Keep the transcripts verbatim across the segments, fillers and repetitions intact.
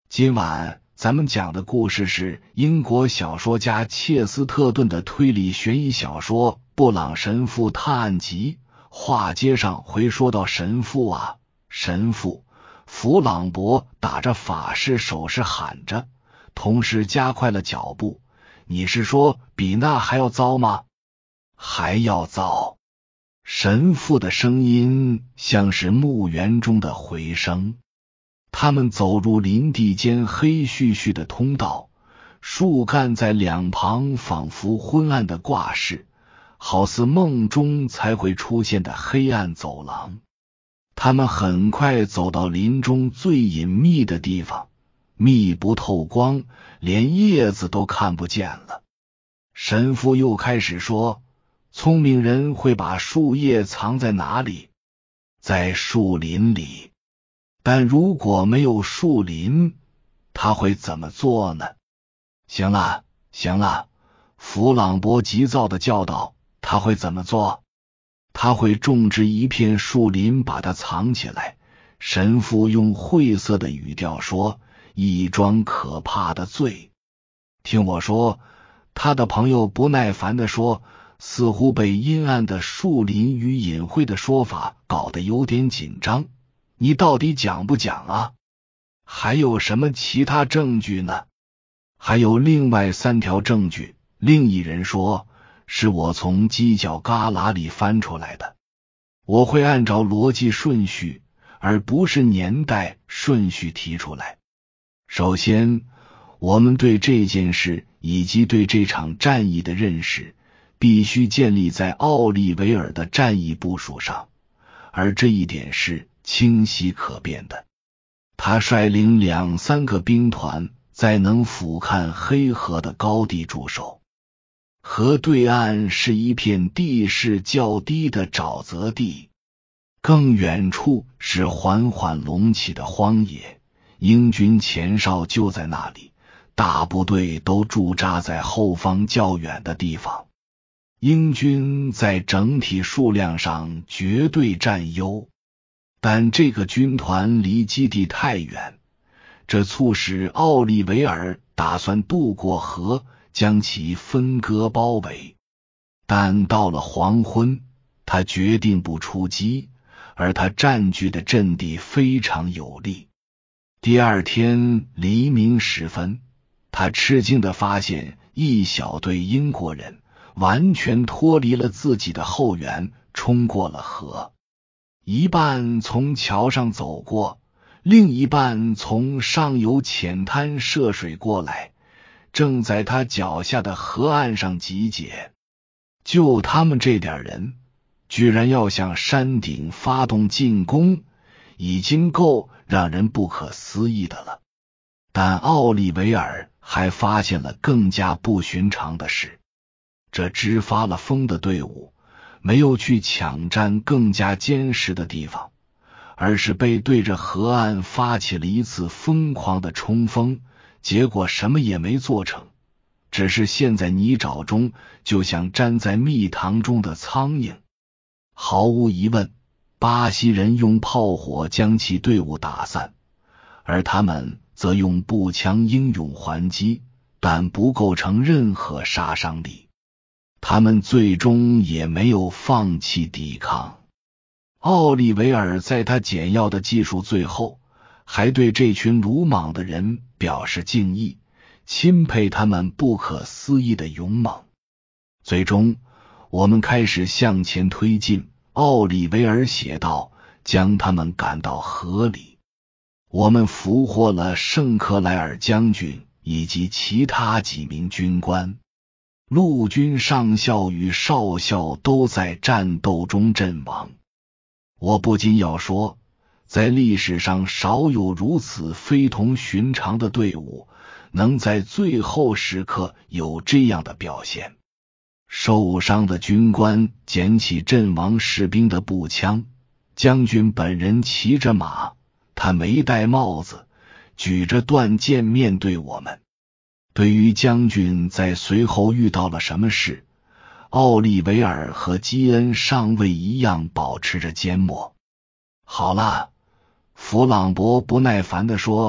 今晚咱们讲的故事是英国小说家切斯特顿的推理悬疑小说《布朗神父探案集》。话接上回说到神父啊，神父弗朗博打着法式手势喊着，同时加快了脚步。你是说比那还要糟吗？还要糟。神父的声音像是墓园中的回声。他们走入林地间黑黢黢的通道，树干在两旁仿佛昏暗的挂饰，好似梦中才会出现的黑暗走廊。他们很快走到林中最隐秘的地方，密不透光，连叶子都看不见了。神父又开始说，聪明人会把树叶藏在哪里？在树林里。但如果没有树林，他会怎么做呢？行了，行了，弗朗博急躁地叫道，他会怎么做？他会种植一片树林，把它藏起来。神父用晦涩的语调说，一桩可怕的罪。听我说，他的朋友不耐烦地说，似乎被阴暗的树林与隐晦的说法搞得有点紧张。你到底讲不讲啊？还有什么其他证据呢？还有另外三条证据。另一人说，是我从犄角旮旯里翻出来的。我会按照逻辑顺序，而不是年代顺序提出来。首先，我们对这件事以及对这场战役的认识，必须建立在奥利维尔的战役部署上，而这一点是清晰可辨的。他率领两三个兵团在能俯瞰黑河的高地驻守，河对岸是一片地势较低的沼泽地，更远处是缓缓隆起的荒野，英军前哨就在那里，大部队都驻扎在后方较远的地方。英军在整体数量上绝对占优，但这个军团离基地太远，这促使奥利维尔打算渡过河，将其分割包围。但到了黄昏，他决定不出击，而他占据的阵地非常有利。第二天黎明时分，他吃惊地发现一小队英国人完全脱离了自己的后援，冲过了河。一半从桥上走过，另一半从上游浅滩涉水过来，正在他脚下的河岸上集结。就他们这点人，居然要向山顶发动进攻，已经够让人不可思议的了。但奥利维尔还发现了更加不寻常的事，这支发了疯的队伍没有去抢占更加坚实的地方，而是背对着河岸发起了一次疯狂的冲锋，结果什么也没做成，只是陷在泥沼中，就像粘在蜜糖中的苍蝇。毫无疑问，巴西人用炮火将其队伍打散，而他们则用步枪英勇还击，但不构成任何杀伤力。他们最终也没有放弃抵抗。奥利维尔在他简要的记述最后，还对这群鲁莽的人表示敬意，钦佩他们不可思议的勇猛。最终，我们开始向前推进，奥利维尔写道，将他们赶到河里。我们俘获了圣克莱尔将军以及其他几名军官。陆军上校与少校都在战斗中阵亡。我不禁要说，在历史上少有如此非同寻常的队伍，能在最后时刻有这样的表现。受伤的军官捡起阵亡士兵的步枪，将军本人骑着马，他没戴帽子，举着断剑面对我们。对于将军在随后遇到了什么事，奥利维尔和基恩上尉一样保持着缄默。好了，弗朗博不耐烦地说，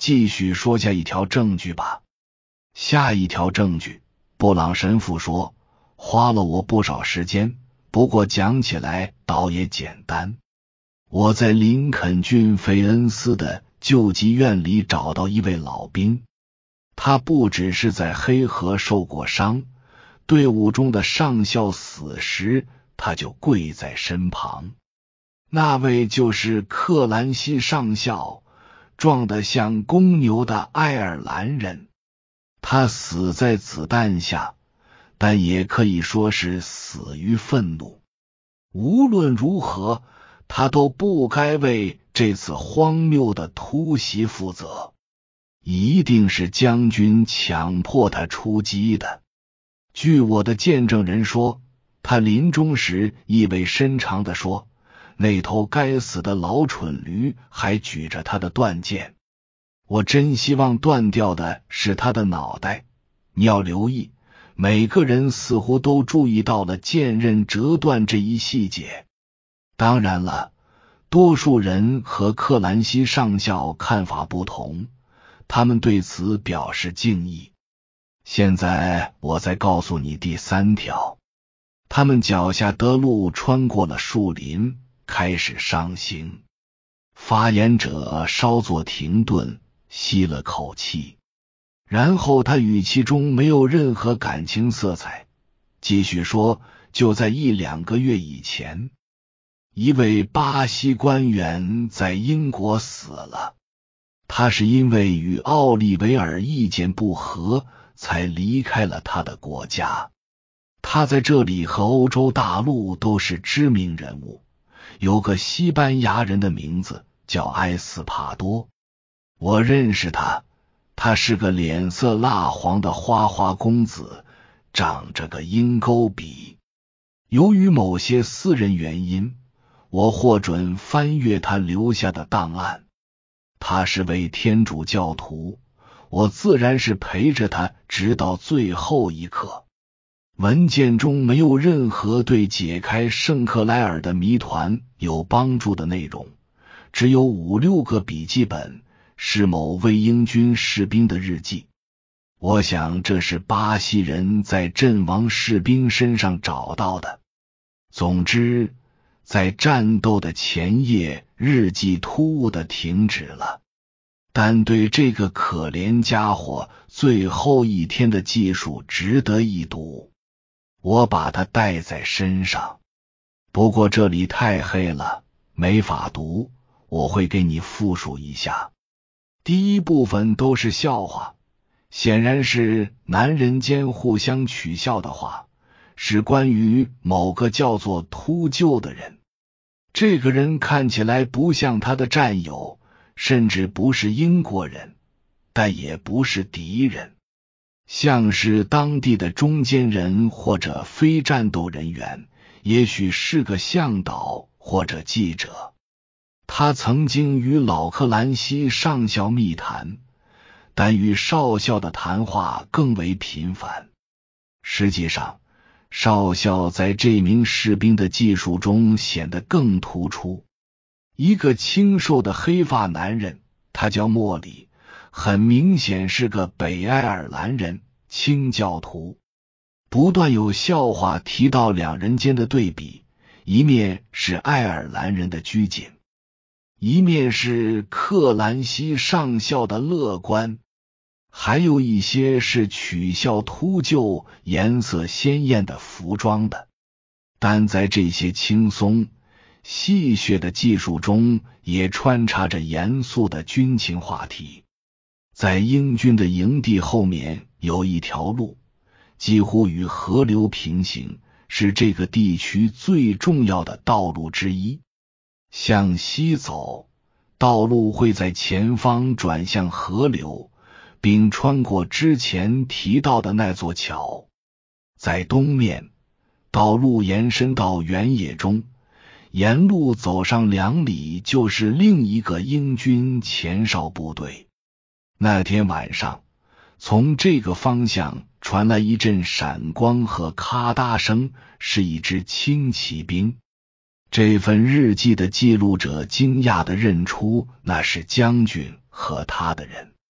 继续说下一条证据吧。下一条证据，布朗神父说，花了我不少时间，不过讲起来倒也简单。我在林肯郡费恩斯的救济院里找到一位老兵，他不只是在黑河受过伤，队伍中的上校死时他就跪在身旁。那位就是克兰西上校，壮得像公牛的爱尔兰人。他死在子弹下，但也可以说是死于愤怒。无论如何，他都不该为这次荒谬的突袭负责，一定是将军强迫他出击的。据我的见证人说，他临终时意味深长地说，那头该死的老蠢驴还举着他的断剑。我真希望断掉的是他的脑袋。你要留意，每个人似乎都注意到了剑刃折断这一细节。当然了，多数人和克兰西上校看法不同，他们对此表示敬意。现在我再告诉你第三条。他们脚下的路穿过了树林，开始上行。发言者稍作停顿，吸了口气，然后他语气中没有任何感情色彩，继续说，就在一两个月以前，一位巴西官员在英国死了。他是因为与奥利维尔意见不合才离开了他的国家。他在这里和欧洲大陆都是知名人物，有个西班牙人的名字叫埃斯帕多。我认识他，他是个脸色蜡黄的花花公子，长着个鹰钩鼻。由于某些私人原因，我获准翻阅他留下的档案。他是位天主教徒，我自然是陪着他直到最后一刻。文件中没有任何对解开圣克莱尔的谜团有帮助的内容，只有五六个笔记本，是某位英军士兵的日记。我想这是巴西人在阵亡士兵身上找到的。总之，在战斗的前夜，日记突兀地停止了，但对这个可怜家伙最后一天的记述值得一读。我把它带在身上，不过这里太黑了，没法读，我会给你复述一下。第一部分都是笑话，显然是男人间互相取笑的话，是关于某个叫做秃鹫的人。这个人看起来不像他的战友，甚至不是英国人，但也不是敌人，像是当地的中间人或者非战斗人员，也许是个向导或者记者。他曾经与老克兰西上校密谈，但与少校的谈话更为频繁。实际上，少校在这名士兵的记述中显得更突出。一个清瘦的黑发男人，他叫莫里，很明显是个北爱尔兰人，清教徒。不断有笑话提到两人间的对比，一面是爱尔兰人的拘谨，一面是克兰西上校的乐观，还有一些是取笑秃鹫颜色鲜艳的服装的。但在这些轻松戏谑的技术中，也穿插着严肃的军情话题。在英军的营地后面有一条路，几乎与河流平行，是这个地区最重要的道路之一。向西走，道路会在前方转向河流，并穿过之前提到的那座桥。在东面，道路延伸到原野中，沿路走上两里就是另一个英军前哨部队。那天晚上，从这个方向传来一阵闪光和咔嗒声，是一支轻骑兵。这份日记的记录者惊讶地认出那是将军和他的人。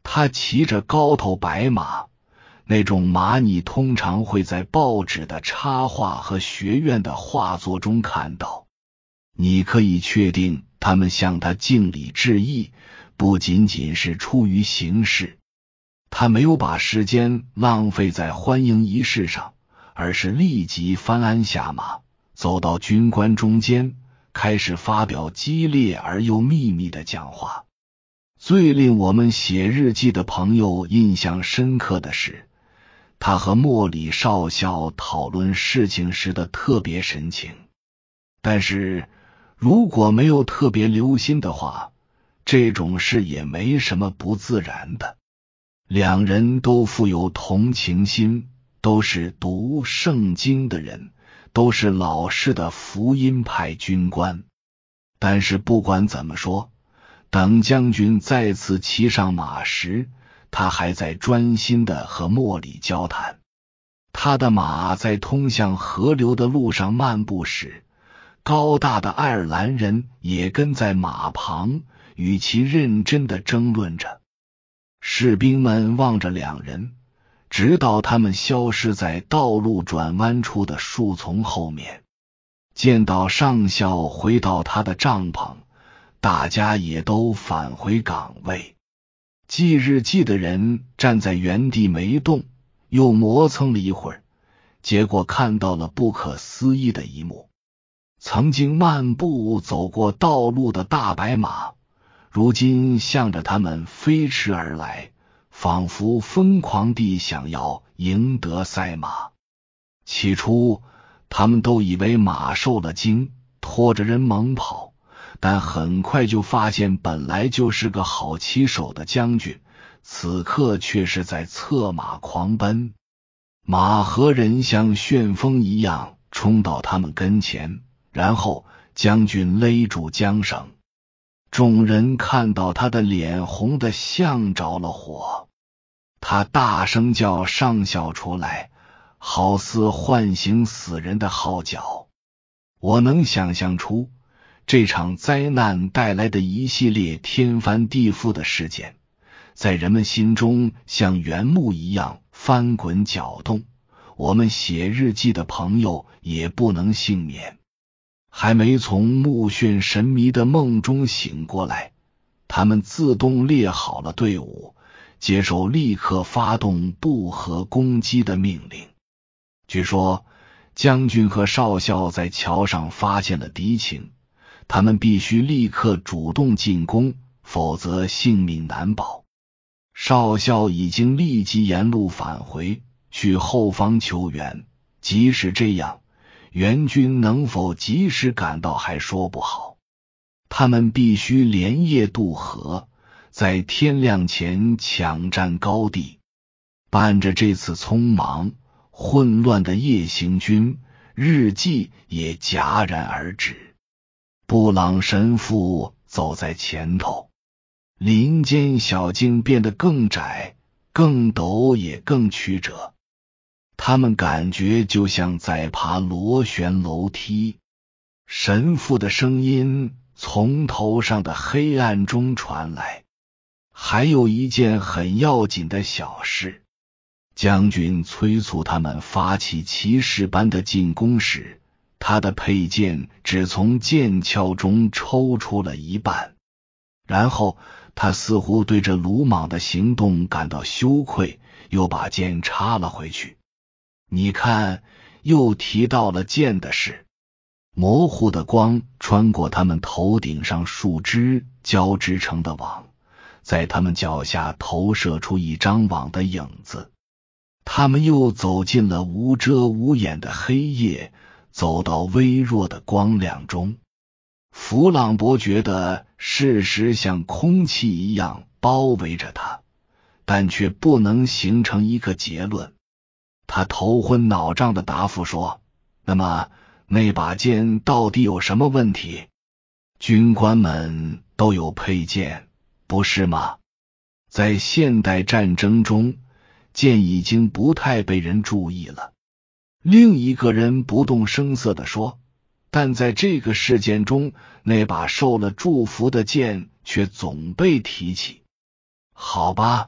他骑着高头白马，那种马你通常会在报纸的插画和学院的画作中看到。你可以确定他们向他敬礼致意，不仅仅是出于形式。他没有把时间浪费在欢迎仪式上，而是立即翻鞍下马，走到军官中间，开始发表激烈而又秘密的讲话。最令我们写日记的朋友印象深刻的是，他和莫里少校讨论事情时的特别神情。但是如果没有特别留心的话，这种事也没什么不自然的。两人都富有同情心，都是读圣经的人，都是老实的福音派军官。但是不管怎么说，等将军再次骑上马时，他还在专心地和莫里交谈。他的马在通向河流的路上漫步时，高大的爱尔兰人也跟在马旁，与其认真地争论着。士兵们望着两人，直到他们消失在道路转弯处的树丛后面。见到上校回到他的帐篷，大家也都返回岗位。记日记的人站在原地没动，又磨蹭了一会儿，结果看到了不可思议的一幕。曾经漫步走过道路的大白马，如今向着他们飞驰而来，仿佛疯狂地想要赢得赛马。起初他们都以为马受了惊，拖着人猛跑，但很快就发现本来就是个好骑手的将军，此刻却是在策马狂奔。马和人像旋风一样冲到他们跟前，然后将军勒住缰绳。众人看到他的脸红得像着了火，他大声叫上校出来，好似唤醒死人的号角。我能想象出这场灾难带来的一系列天翻地覆的事件，在人们心中像原木一样翻滚搅动。我们写日记的朋友也不能幸免。还没从目眩神迷的梦中醒过来，他们自动列好了队伍，接受立刻发动不和攻击的命令。据说将军和少校在桥上发现了敌情，他们必须立刻主动进攻，否则性命难保。少校已经立即沿路返回，去后方求援，即使这样，援军能否及时赶到还说不好。他们必须连夜渡河，在天亮前抢占高地。伴着这次匆忙混乱的夜行军，日记也戛然而止。布朗神父走在前头，林间小径变得更窄，更陡也更曲折。他们感觉就像在爬螺旋楼梯。神父的声音从头上的黑暗中传来。还有一件很要紧的小事，将军催促他们发起骑士般的进攻时，他的佩剑只从剑鞘中抽出了一半。然后他似乎对这鲁莽的行动感到羞愧，又把剑插了回去。你看，又提到了剑的事。模糊的光穿过他们头顶上树枝交织成的网，在他们脚下投射出一张网的影子。他们又走进了无遮无掩的黑夜，走到微弱的光亮中。弗朗博觉得事实像空气一样包围着他，但却不能形成一个结论。他头昏脑胀的答复说，那么那把剑到底有什么问题？军官们都有佩剑，不是吗？在现代战争中，剑已经不太被人注意了。另一个人不动声色地说，但在这个事件中，那把受了祝福的剑却总被提起。好吧，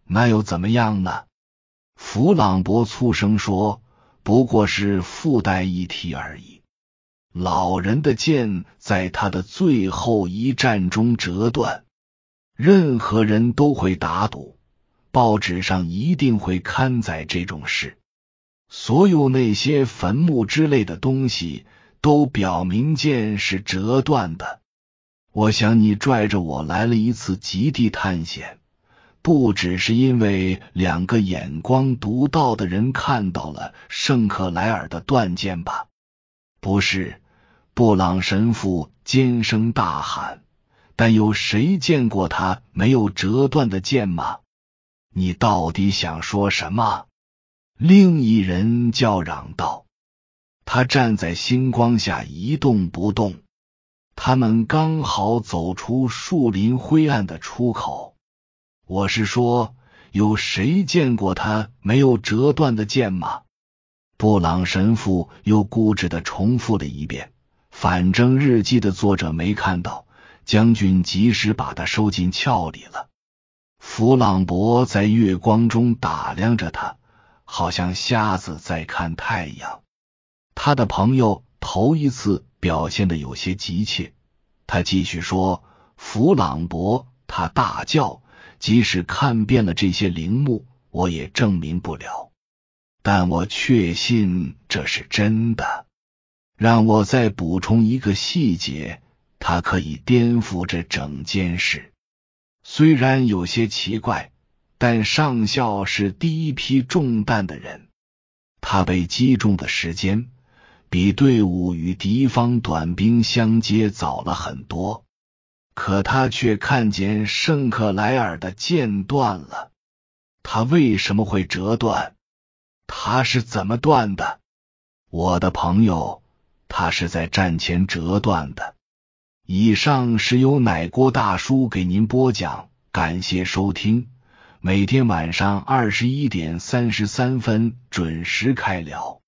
那又怎么样呢？弗朗博粗声说，不过是附带一提而已。老人的剑在他的最后一战中折断，任何人都会打赌，报纸上一定会刊载这种事。所有那些坟墓之类的东西都表明剑是折断的。我想你拽着我来了一次极地探险，不只是因为两个眼光独到的人看到了圣克莱尔的断剑吧？不是，布朗神父尖声大喊，但有谁见过他没有折断的剑吗？你到底想说什么？另一人叫嚷道。他站在星光下一动不动，他们刚好走出树林灰暗的出口。我是说，有谁见过他没有折断的剑吗？布朗神父又固执地重复了一遍，反正日记的作者没看到，将军及时把它收进鞘里了。弗朗博在月光中打量着他，好像瞎子在看太阳。他的朋友头一次表现得有些急切，他继续说，弗朗博，他大叫，即使看遍了这些陵墓，我也证明不了。但我确信这是真的。让我再补充一个细节，它可以颠覆这整件事。虽然有些奇怪，但上校是第一批中弹的人。他被击中的时间比队伍与敌方短兵相接早了很多，可他却看见圣克莱尔的剑断了。他为什么会折断？他是怎么断的？我的朋友，他是在战前折断的。以上是由奶锅大叔给您播讲，感谢收听。每天晚上二十一点三十三分准时开聊。